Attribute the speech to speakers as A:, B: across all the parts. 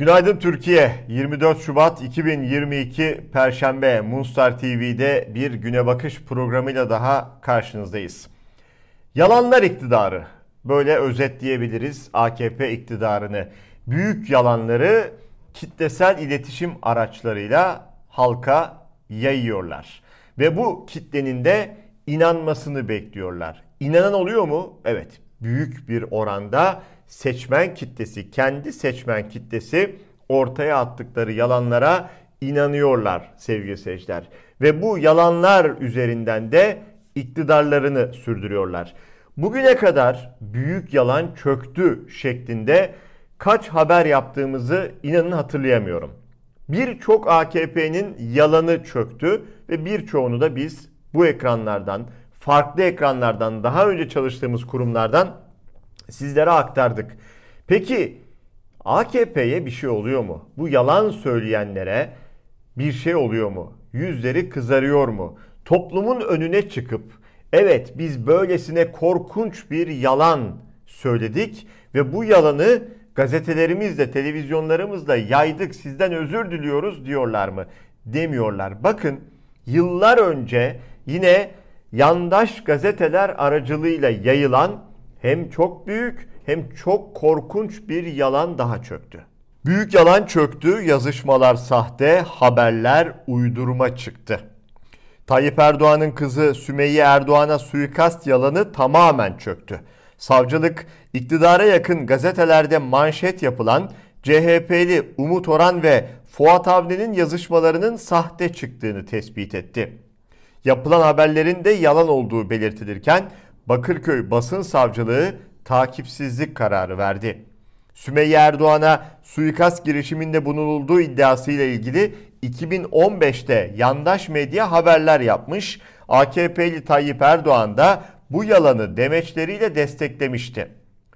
A: Günaydın Türkiye. 24 Şubat 2022 Perşembe Moonstar TV'de bir güne bakış programıyla daha karşınızdayız. Yalanlar iktidarı. Böyle özetleyebiliriz AKP iktidarını. Büyük yalanları kitlesel iletişim araçlarıyla halka yayıyorlar. Ve bu kitlenin de inanmasını bekliyorlar. İnanan oluyor mu? Evet. Büyük bir oranda seçmen kitlesi, kendi seçmen kitlesi ortaya attıkları yalanlara inanıyorlar sevgili seyirciler. Ve bu yalanlar üzerinden de iktidarlarını sürdürüyorlar. Bugüne kadar büyük yalan çöktü şeklinde kaç haber yaptığımızı inanın hatırlayamıyorum. Birçok AKP'nin yalanı çöktü ve birçoğunu da biz bu ekranlardan, farklı ekranlardan, daha önce çalıştığımız kurumlardan sizlere aktardık. Peki AKP'ye bir şey oluyor mu? Bu yalan söyleyenlere bir şey oluyor mu? Yüzleri kızarıyor mu? Toplumun önüne çıkıp evet biz böylesine korkunç bir yalan söyledik ve bu yalanı gazetelerimizle, televizyonlarımızla yaydık, sizden özür diliyoruz diyorlar mı? Demiyorlar. Bakın yıllar önce yine yandaş gazeteler aracılığıyla yayılan hem çok büyük hem çok korkunç bir yalan daha çöktü. Büyük yalan çöktü, yazışmalar sahte, haberler uydurma çıktı. Tayyip Erdoğan'ın kızı Sümeyye Erdoğan'a suikast yalanı tamamen çöktü. Savcılık, iktidara yakın gazetelerde manşet yapılan CHP'li Umut Orhan ve Fuat Avni'nin yazışmalarının sahte çıktığını tespit etti. Yapılan haberlerin de yalan olduğu belirtilirken Bakırköy Basın Savcılığı takipsizlik kararı verdi. Sümeyye Erdoğan'a suikast girişiminde bulunulduğu iddiasıyla ilgili 2015'te yandaş medya haberler yapmış. AKP'li Tayyip Erdoğan da bu yalanı demeçleriyle desteklemişti.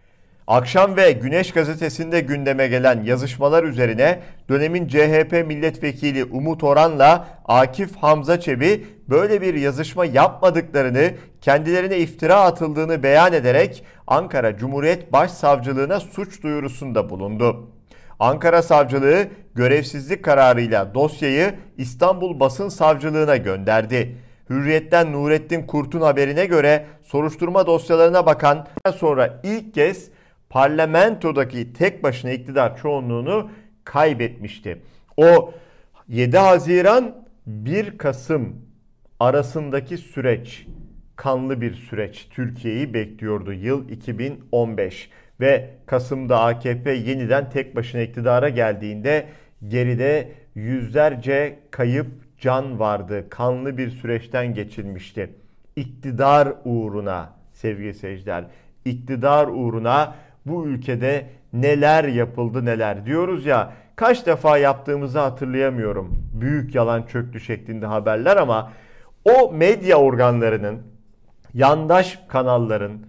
A: Akşam ve Güneş gazetesinde gündeme gelen yazışmalar üzerine dönemin CHP milletvekili Umut Orhan'la Akif Hamza Çebi böyle bir yazışma yapmadıklarını, kendilerine iftira atıldığını beyan ederek Ankara Cumhuriyet Başsavcılığına suç duyurusunda bulundu. Ankara Savcılığı görevsizlik kararıyla dosyayı İstanbul Basın Savcılığına gönderdi. Hürriyet'ten Nurettin Kurt'un haberine göre soruşturma dosyalarına bakan sonra ilk kez parlamentodaki tek başına iktidar çoğunluğunu kaybetmişti. O 7 Haziran 1 Kasım arasındaki süreç kanlı bir süreç Türkiye'yi bekliyordu yıl 2015 ve Kasım'da AKP yeniden tek başına iktidara geldiğinde geride yüzlerce kayıp can vardı. Kanlı bir süreçten geçilmişti. İktidar uğruna sevgili seyirciler, iktidar uğruna bu ülkede neler yapıldı neler diyoruz ya, kaç defa yaptığımızı hatırlayamıyorum. Büyük yalan çöktü şeklinde haberler ama o medya organlarının, yandaş kanalların,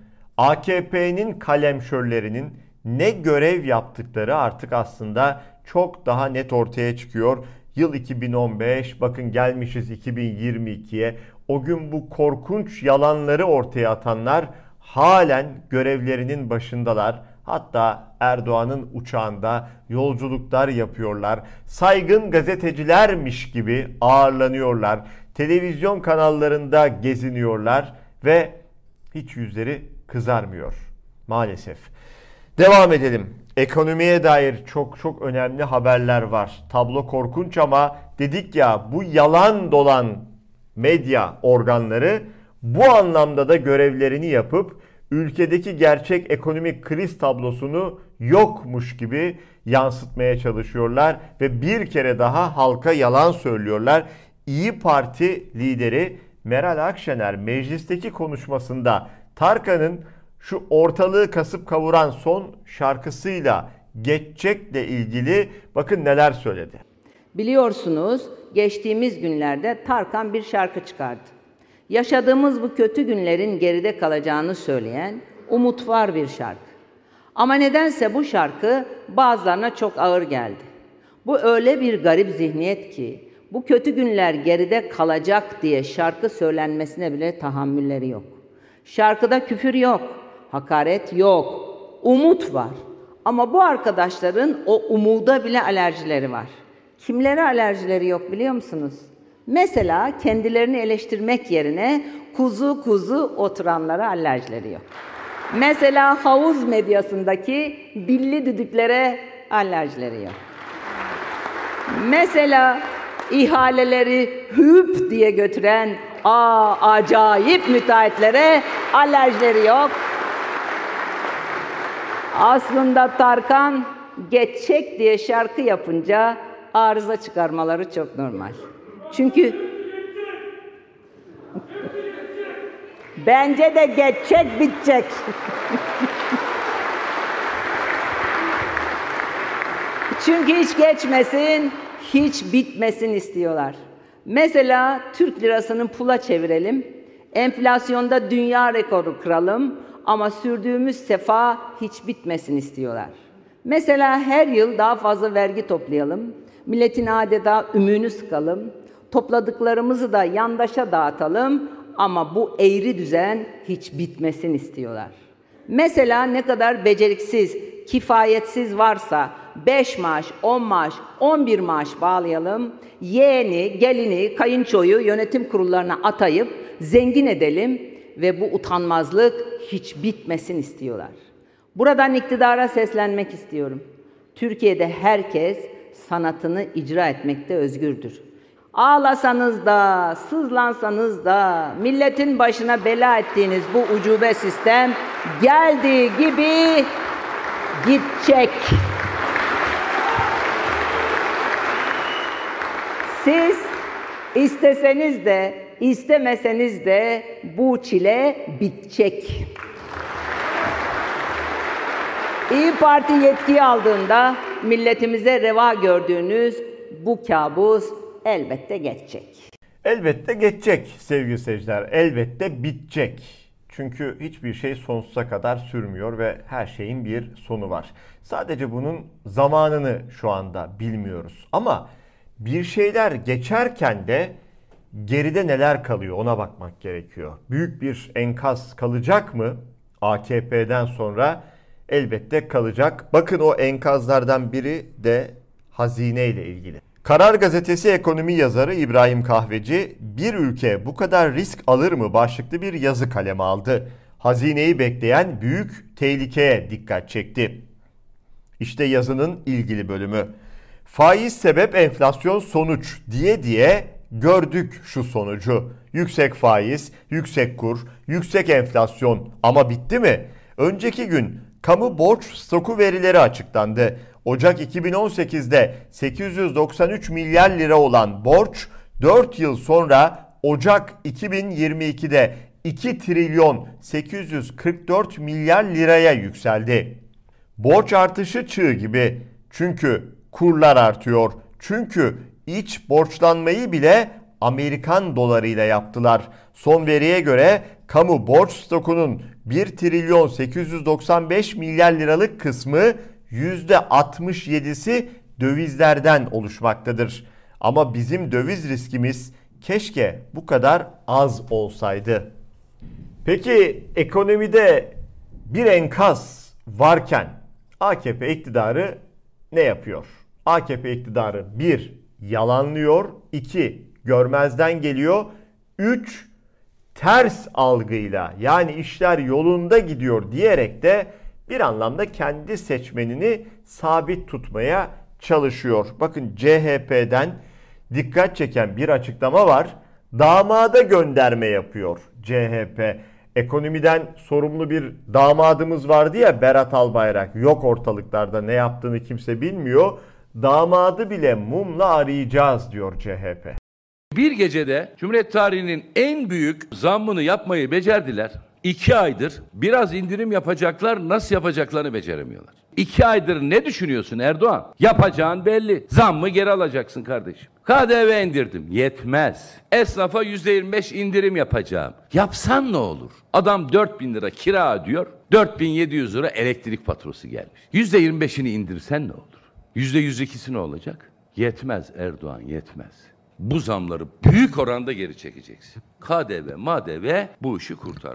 A: AKP'nin kalemşörlerinin ne görev yaptıkları artık aslında çok daha net ortaya çıkıyor. Yıl 2015, bakın gelmişiz 2022'ye. O gün bu korkunç yalanları ortaya atanlar halen görevlerinin başındalar. Hatta Erdoğan'ın uçağında yolculuklar yapıyorlar. Saygın gazetecilermiş gibi ağırlanıyorlar. Televizyon kanallarında geziniyorlar ve hiç yüzleri kızarmıyor maalesef. Devam edelim. Ekonomiye dair çok önemli haberler var. Tablo korkunç ama dedik ya, bu yalan dolan medya organları bu anlamda da görevlerini yapıp ülkedeki gerçek ekonomik kriz tablosunu yokmuş gibi yansıtmaya çalışıyorlar ve bir kere daha halka yalan söylüyorlar. İYİ Parti lideri Meral Akşener meclisteki konuşmasında Tarkan'ın şu ortalığı kasıp kavuran son şarkısıyla geçecekle ilgili bakın neler söyledi.
B: Biliyorsunuz geçtiğimiz günlerde Tarkan bir şarkı çıkardı. Yaşadığımız bu kötü günlerin geride kalacağını söyleyen umut var bir şarkı. Ama nedense bu şarkı bazılarına çok ağır geldi. Bu öyle bir garip zihniyet ki bu kötü günler geride kalacak diye şarkı söylenmesine bile tahammülleri yok. Şarkıda küfür yok, hakaret yok, umut var. Ama bu arkadaşların o umuda bile alerjileri var. Kimlere alerjileri yok biliyor musunuz? Mesela kendilerini eleştirmek yerine kuzu kuzu oturanlara alerjileri yok. Mesela havuz medyasındaki dilli düdüklere alerjileri yok. Mesela ihaleleri hüp diye götüren acayip müteahhitlere alerjileri yok. Aslında Tarkan geçecek diye şarkı yapınca arıza çıkarmaları çok normal. Çünkü bence de geçecek bitecek. Çünkü hiç geçmesin, hiç bitmesin istiyorlar. Mesela Türk lirasını pula çevirelim, enflasyonda dünya rekoru kıralım ama sürdüğümüz sefa hiç bitmesin istiyorlar. Mesela her yıl daha fazla vergi toplayalım, milletin adeta ümüğünü sıkalım, topladıklarımızı da yandaşa dağıtalım ama bu eğri düzen hiç bitmesin istiyorlar. Mesela ne kadar beceriksiz, kifayetsiz varsa 5 maaş, 10 maaş, 11 maaş bağlayalım, yeğeni, gelini, kayınçoyu yönetim kurullarına atayıp zengin edelim ve bu utanmazlık hiç bitmesin istiyorlar. Buradan iktidara seslenmek istiyorum. Türkiye'de herkes sanatını icra etmekte özgürdür. Ağlasanız da, sızlansanız da, milletin başına bela ettiğiniz bu ucube sistem geldiği gibi gidecek. Siz isteseniz de, istemeseniz de bu çile bitecek. İYİ Parti yetkiyi aldığında milletimize reva gördüğünüz bu kabus elbette geçecek.
A: Elbette geçecek sevgili seyirciler. Elbette bitecek. Çünkü hiçbir şey sonsuza kadar sürmüyor ve her şeyin bir sonu var. Sadece bunun zamanını şu anda bilmiyoruz. Ama bir şeyler geçerken de geride neler kalıyor ona bakmak gerekiyor. Büyük bir enkaz kalacak mı? AKP'den sonra elbette kalacak. Bakın o enkazlardan biri de hazine ile ilgili. Karar Gazetesi ekonomi yazarı İbrahim Kahveci, "Bir ülke bu kadar risk alır mı?" başlıklı bir yazı kaleme aldı. Hazineyi bekleyen büyük tehlikeye dikkat çekti. İşte yazının ilgili bölümü. Faiz sebep, enflasyon sonuç diye gördük şu sonucu. Yüksek faiz, yüksek kur, yüksek enflasyon ama bitti mi? Önceki gün kamu borç stoku verileri açıklandı. Ocak 2018'de 893 milyar lira olan borç 4 yıl sonra Ocak 2022'de 2 trilyon 844 milyar liraya yükseldi. Borç artışı çığ gibi. Çünkü kurlar artıyor. Çünkü iç borçlanmayı bile Amerikan dolarıyla yaptılar. Son veriye göre kamu borç stokunun 1 trilyon 895 milyar liralık kısmı %67'si dövizlerden oluşmaktadır. Ama bizim döviz riskimiz keşke bu kadar az olsaydı. Peki ekonomide bir enkaz varken AKP iktidarı ne yapıyor? AKP iktidarı 1. Yalanlıyor, 2. Görmezden geliyor, 3. Ters algıyla yani işler yolunda gidiyor diyerek de bir anlamda kendi seçmenini sabit tutmaya çalışıyor. Bakın CHP'den dikkat çeken bir açıklama var. Damada gönderme yapıyor CHP. Ekonomiden sorumlu bir damadımız vardı ya, Berat Albayrak. Yok ortalıklarda, ne yaptığını kimse bilmiyor. Damadı bile mumla arayacağız diyor CHP.
C: Bir gecede Cumhuriyet tarihinin en büyük zammını yapmayı becerdiler. 2 aydır biraz indirim yapacaklar, nasıl yapacaklarını beceremiyorlar. 2 aydır ne düşünüyorsun Erdoğan? Yapacağın belli. Zammı geri alacaksın kardeşim. KDV indirdim. Yetmez. Esnafa %25 indirim yapacağım. Yapsan ne olur? Adam 4.000 lira kira ödüyor. 4.700 lira elektrik faturası gelmiş. %25'ini indirsen ne olur? %102'si ne olacak? Yetmez Erdoğan, yetmez. Bu zamları büyük oranda geri çekeceksin. KDV, MADV bu işi kurtarmaz.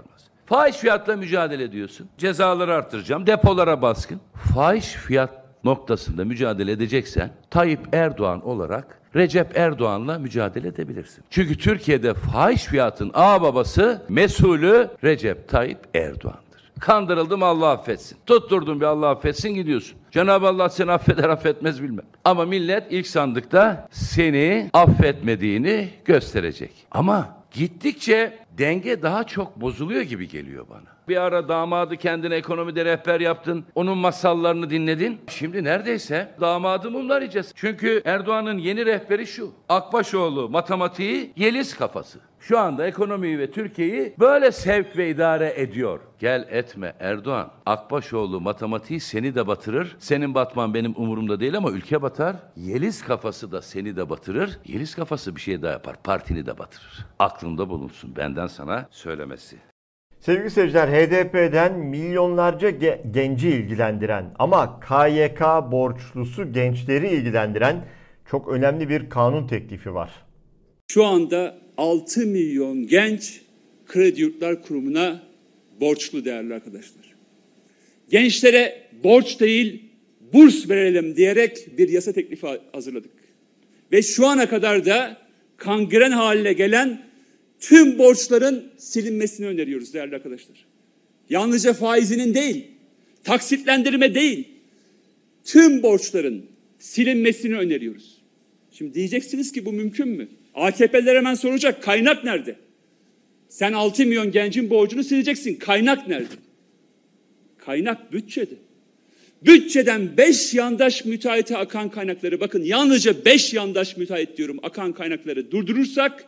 C: Fahiş fiyatla mücadele ediyorsun. Cezaları artıracağım, depolara baskın. Fahiş fiyat noktasında mücadele edeceksen Tayyip Erdoğan olarak Recep Erdoğan'la mücadele edebilirsin. Çünkü Türkiye'de fahiş fiyatın ağababası, mesulü Recep Tayyip Erdoğan'dır. Kandırıldım, Allah affetsin. Tutturdum, bir Allah affetsin, gidiyorsun. Cenab-ı Allah seni affeder affetmez bilmem. Ama millet ilk sandıkta seni affetmediğini gösterecek. Ama gittikçe denge daha çok bozuluyor gibi geliyor bana. Bir ara damadı kendine ekonomide rehber yaptın, onun masallarını dinledin. Şimdi neredeyse damadı mumlayacağız. Çünkü Erdoğan'ın yeni rehberi şu: Akbaşoğlu matematiği, Yeliz kafası. Şu anda ekonomiyi ve Türkiye'yi böyle sevk ve idare ediyor. Gel etme Erdoğan. Akbaşoğlu matematiği seni de batırır. Senin batman benim umurumda değil ama ülke batar. Yeliz kafası da seni de batırır. Yeliz kafası bir şey daha yapar. Partini de batırır. Aklında bulunsun, benden sana söylemesi.
A: Sevgili seyirciler, HDP'den milyonlarca genci ilgilendiren ama KYK borçlusu gençleri ilgilendiren çok önemli bir kanun teklifi var.
D: Şu anda 6 milyon genç Kredi Yurtlar Kurumu'na borçlu değerli arkadaşlar. Gençlere borç değil, burs verelim diyerek bir yasa teklifi hazırladık. Ve şu ana kadar da kangren haline gelen tüm borçların silinmesini öneriyoruz değerli arkadaşlar. Yalnızca faizinin değil, taksitlendirme değil, tüm borçların silinmesini öneriyoruz. Şimdi diyeceksiniz ki bu mümkün mü? AKP'liler hemen soracak, kaynak nerede? Sen 6 milyon gencin borcunu sileceksin, kaynak nerede? Kaynak bütçede. Bütçeden 5 yandaş müteahhite akan kaynakları, bakın yalnızca 5 yandaş müteahhit diyorum, akan kaynakları durdurursak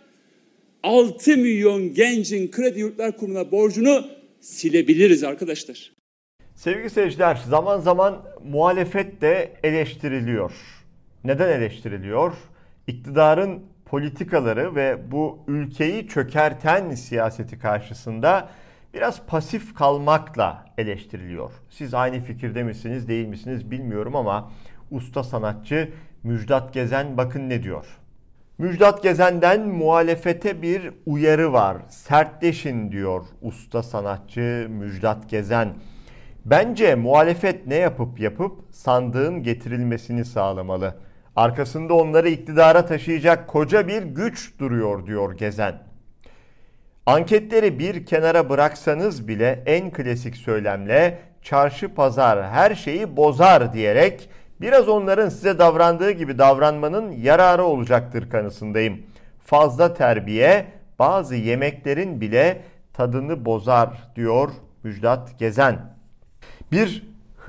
D: 6 milyon gencin Kredi Yurtlar Kurumu'na borcunu silebiliriz arkadaşlar.
A: Sevgili seyirciler, zaman zaman muhalefet de eleştiriliyor. Neden eleştiriliyor? İktidarın politikaları ve bu ülkeyi çökerten siyaseti karşısında biraz pasif kalmakla eleştiriliyor. Siz aynı fikirde misiniz, değil misiniz bilmiyorum ama usta sanatçı Müjdat Gezen bakın ne diyor. Müjdat Gezen'den muhalefete bir uyarı var. Sertleşin diyor usta sanatçı Müjdat Gezen. Bence muhalefet ne yapıp sandığın getirilmesini sağlamalı. Arkasında onları iktidara taşıyacak koca bir güç duruyor diyor Gezen. Anketleri bir kenara bıraksanız bile en klasik söylemle çarşı pazar her şeyi bozar diyerek biraz onların size davrandığı gibi davranmanın yararı olacaktır kanısındayım. Fazla terbiye bazı yemeklerin bile tadını bozar diyor Müjdat Gezen. Bir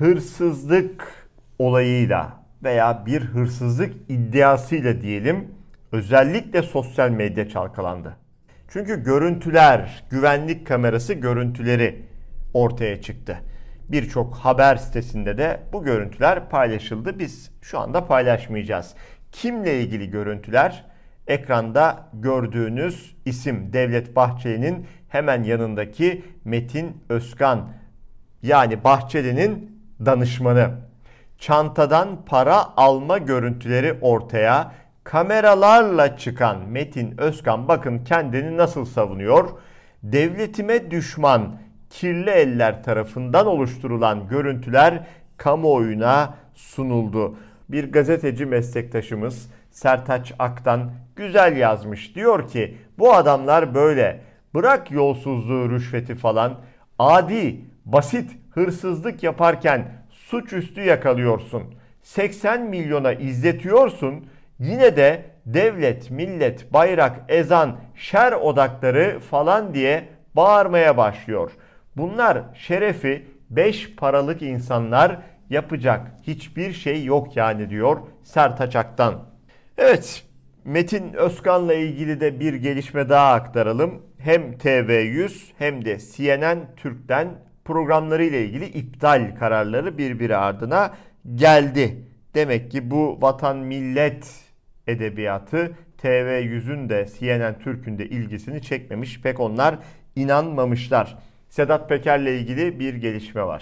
A: hırsızlık olayıyla veya bir hırsızlık iddiasıyla diyelim özellikle sosyal medya çalkalandı. Çünkü görüntüler, güvenlik kamerası görüntüleri ortaya çıktı. Birçok haber sitesinde de bu görüntüler paylaşıldı. Biz şu anda paylaşmayacağız. Kimle ilgili görüntüler? Ekranda gördüğünüz isim Devlet Bahçeli'nin hemen yanındaki Metin Özkan. Yani Bahçeli'nin danışmanı. Çantadan para alma görüntüleri ortaya. Kameralarla çıkan Metin Özkan bakın kendini nasıl savunuyor. Devletime düşman kirli eller tarafından oluşturulan görüntüler kamuoyuna sunuldu. Bir gazeteci meslektaşımız Sertaç Aktan güzel yazmış. Diyor ki bu adamlar böyle. Bırak yolsuzluğu, rüşveti falan. Adi, basit hırsızlık yaparken suçüstü yakalıyorsun. 80 milyona izletiyorsun. Yine de devlet, millet, bayrak, ezan, şer odakları falan diye bağırmaya başlıyor. Bunlar şerefi 5 paralık insanlar, yapacak hiçbir şey yok yani diyor Sertaç Aktan. Evet, Metin Özkan'la ilgili de bir gelişme daha aktaralım. Hem TV100 hem de CNN Türk'ten programları ile ilgili iptal kararları birbiri ardına geldi. Demek ki bu vatan millet edebiyatı TV100'ün de CNN Türk'ün de ilgisini çekmemiş. Pek onlar inanmamışlar. Sedat Peker'le ilgili bir gelişme var.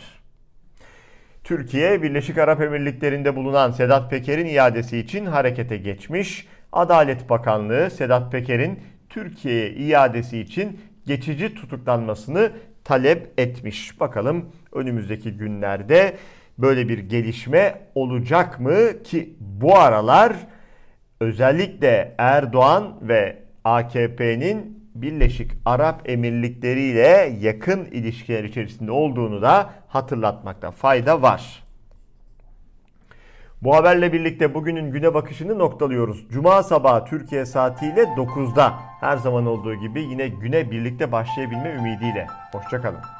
A: Türkiye, Birleşik Arap Emirlikleri'nde bulunan Sedat Peker'in iadesi için harekete geçmiş. Adalet Bakanlığı Sedat Peker'in Türkiye'ye iadesi için geçici tutuklanmasını talep etmiş. Bakalım önümüzdeki günlerde böyle bir gelişme olacak mı ki bu aralar özellikle Erdoğan ve AKP'nin Birleşik Arap Emirlikleri ile yakın ilişkiler içerisinde olduğunu da hatırlatmakta fayda var. Bu haberle birlikte bugünün güne bakışını noktalıyoruz. Cuma sabahı Türkiye saatiyle 9'da her zaman olduğu gibi yine güne birlikte başlayabilme ümidiyle. Hoşça kalın.